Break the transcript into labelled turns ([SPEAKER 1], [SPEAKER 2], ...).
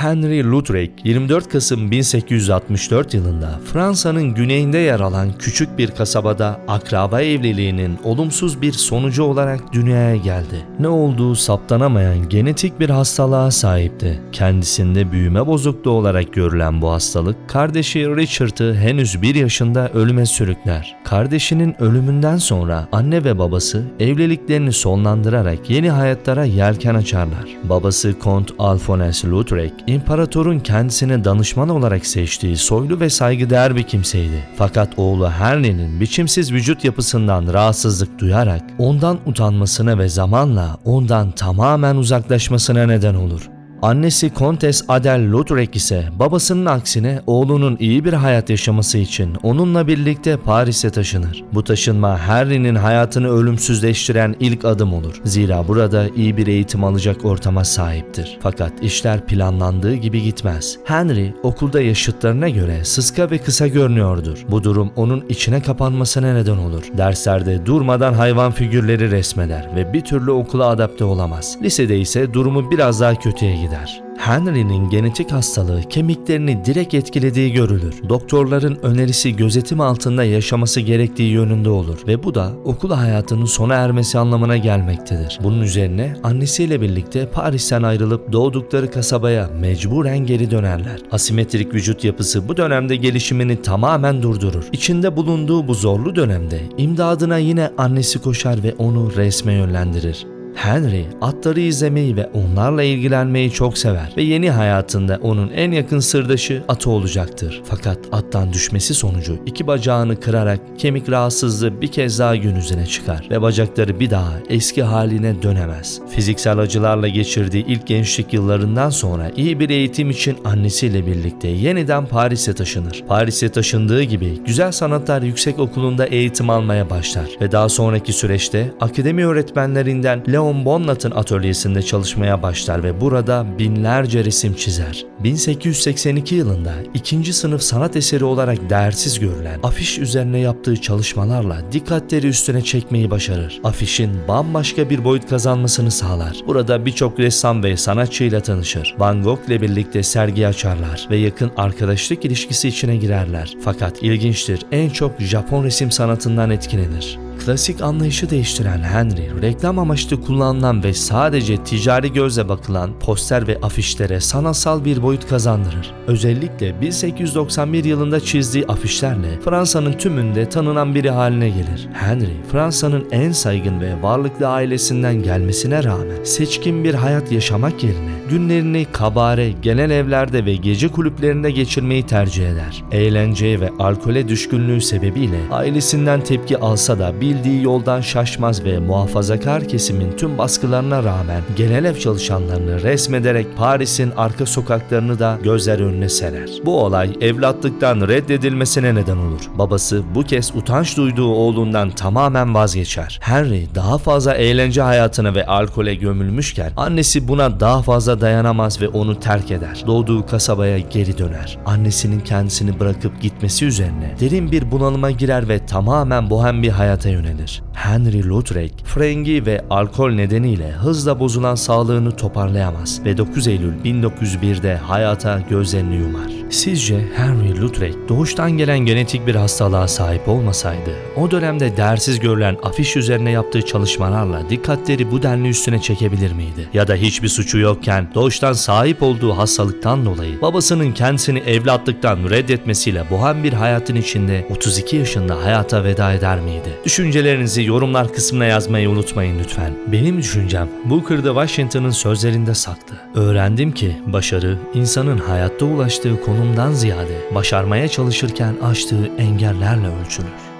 [SPEAKER 1] Henry Loutrec, 24 Kasım 1864 yılında Fransa'nın güneyinde yer alan küçük bir kasabada akraba evliliğinin olumsuz bir sonucu olarak dünyaya geldi. Ne olduğu saptanamayan genetik bir hastalığa sahipti. Kendisinde büyüme bozukluğu olarak görülen bu hastalık, kardeşi Richard'ı henüz 1 yaşında ölüme sürükler. Kardeşinin ölümünden sonra anne ve babası evliliklerini sonlandırarak yeni hayatlara yelken açarlar. Babası Kont Alphonse Loutrec, imparatorun kendisine danışman olarak seçtiği soylu ve saygıdeğer bir kimseydi. Fakat oğlu Henry'nin biçimsiz vücut yapısından rahatsızlık duyarak ondan utanmasına ve zamanla ondan tamamen uzaklaşmasına neden olur. Annesi Kontes Adele Loutrec ise babasının aksine oğlunun iyi bir hayat yaşaması için onunla birlikte Paris'e taşınır. Bu taşınma Henry'nin hayatını ölümsüzleştiren ilk adım olur. Zira burada iyi bir eğitim alacak ortama sahiptir. Fakat işler planlandığı gibi gitmez. Henry okulda yaşıtlarına göre sıska ve kısa görünüyordur. Bu durum onun içine kapanmasına neden olur. Derslerde durmadan hayvan figürleri resmeder ve bir türlü okula adapte olamaz. Lisede ise durumu biraz daha kötüye gider. Henry'nin genetik hastalığı kemiklerini direkt etkilediği görülür. Doktorların önerisi gözetim altında yaşaması gerektiği yönünde olur ve bu da okul hayatının sona ermesi anlamına gelmektedir. Bunun üzerine annesiyle birlikte Paris'ten ayrılıp doğdukları kasabaya mecburen geri dönerler. Asimetrik vücut yapısı bu dönemde gelişimini tamamen durdurur. İçinde bulunduğu bu zorlu dönemde imdadına yine annesi koşar ve onu resme yönlendirir. Henry atları izlemeyi ve onlarla ilgilenmeyi çok sever ve yeni hayatında onun en yakın sırdaşı atı olacaktır. Fakat attan düşmesi sonucu 2 bacağını kırarak kemik rahatsızlığı bir kez daha gün yüzüne çıkar ve bacakları bir daha eski haline dönemez. Fiziksel acılarla geçirdiği ilk gençlik yıllarından sonra iyi bir eğitim için annesiyle birlikte yeniden Paris'e taşınır. Paris'e taşındığı gibi Güzel Sanatlar Yüksekokulu'nda eğitim almaya başlar ve daha sonraki süreçte akademi öğretmenlerinden Léon Bonnat'ın atölyesinde çalışmaya başlar ve burada binlerce resim çizer. 1882 yılında 2. sınıf sanat eseri olarak değersiz görülen afiş üzerine yaptığı çalışmalarla dikkatleri üstüne çekmeyi başarır. Afişin bambaşka bir boyut kazanmasını sağlar. Burada birçok ressam ve sanatçıyla tanışır. Van Gogh ile birlikte sergi açarlar ve yakın arkadaşlık ilişkisi içine girerler. Fakat ilginçtir, en çok Japon resim sanatından etkilenir. Klasik anlayışı değiştiren Henry, reklam amaçlı kullanılan ve sadece ticari gözle bakılan poster ve afişlere sanatsal bir boyut kazandırır. Özellikle 1891 yılında çizdiği afişlerle Fransa'nın tümünde tanınan biri haline gelir. Henry, Fransa'nın en saygın ve varlıklı ailesinden gelmesine rağmen seçkin bir hayat yaşamak yerine günlerini kabare, genel evlerde ve gece kulüplerinde geçirmeyi tercih eder. Eğlenceye ve alkole düşkünlüğü sebebiyle ailesinden tepki alsa da bildiği yoldan şaşmaz ve muhafazakar kesimin tüm baskılarına rağmen genel ev çalışanlarını resmederek Paris'in arka sokaklarını da gözler önüne serer. Bu olay evlatlıktan reddedilmesine neden olur. Babası bu kez utanç duyduğu oğlundan tamamen vazgeçer. Henry daha fazla eğlence hayatına ve alkole gömülmüşken annesi buna daha fazla dayanamaz ve onu terk eder. Doğduğu kasabaya geri döner. Annesinin kendisini bırakıp gitmesi üzerine derin bir bunalıma girer ve tamamen bohem bir hayata yönelir. Henry Loutrec, frengi ve alkol nedeniyle hızla bozulan sağlığını toparlayamaz ve 9 Eylül 1901'de hayata gözlerini yumar. Sizce Henry Loutrec doğuştan gelen genetik bir hastalığa sahip olmasaydı, o dönemde değersiz görülen afiş üzerine yaptığı çalışmalarla dikkatleri bu denli üstüne çekebilir miydi? Ya da hiçbir suçu yokken doğuştan sahip olduğu hastalıktan dolayı babasının kendisini evlatlıktan reddetmesiyle bohem bir hayatın içinde 32 yaşında hayata veda eder miydi? Düşüncelerinizi yorumlar kısmına yazmayı unutmayın lütfen. Benim düşüncem Booker T. Washington'ın sözlerinde saklı. Öğrendim ki başarı insanın hayatta ulaştığı konumdan ziyade başarmaya çalışırken aştığı engellerle ölçülür.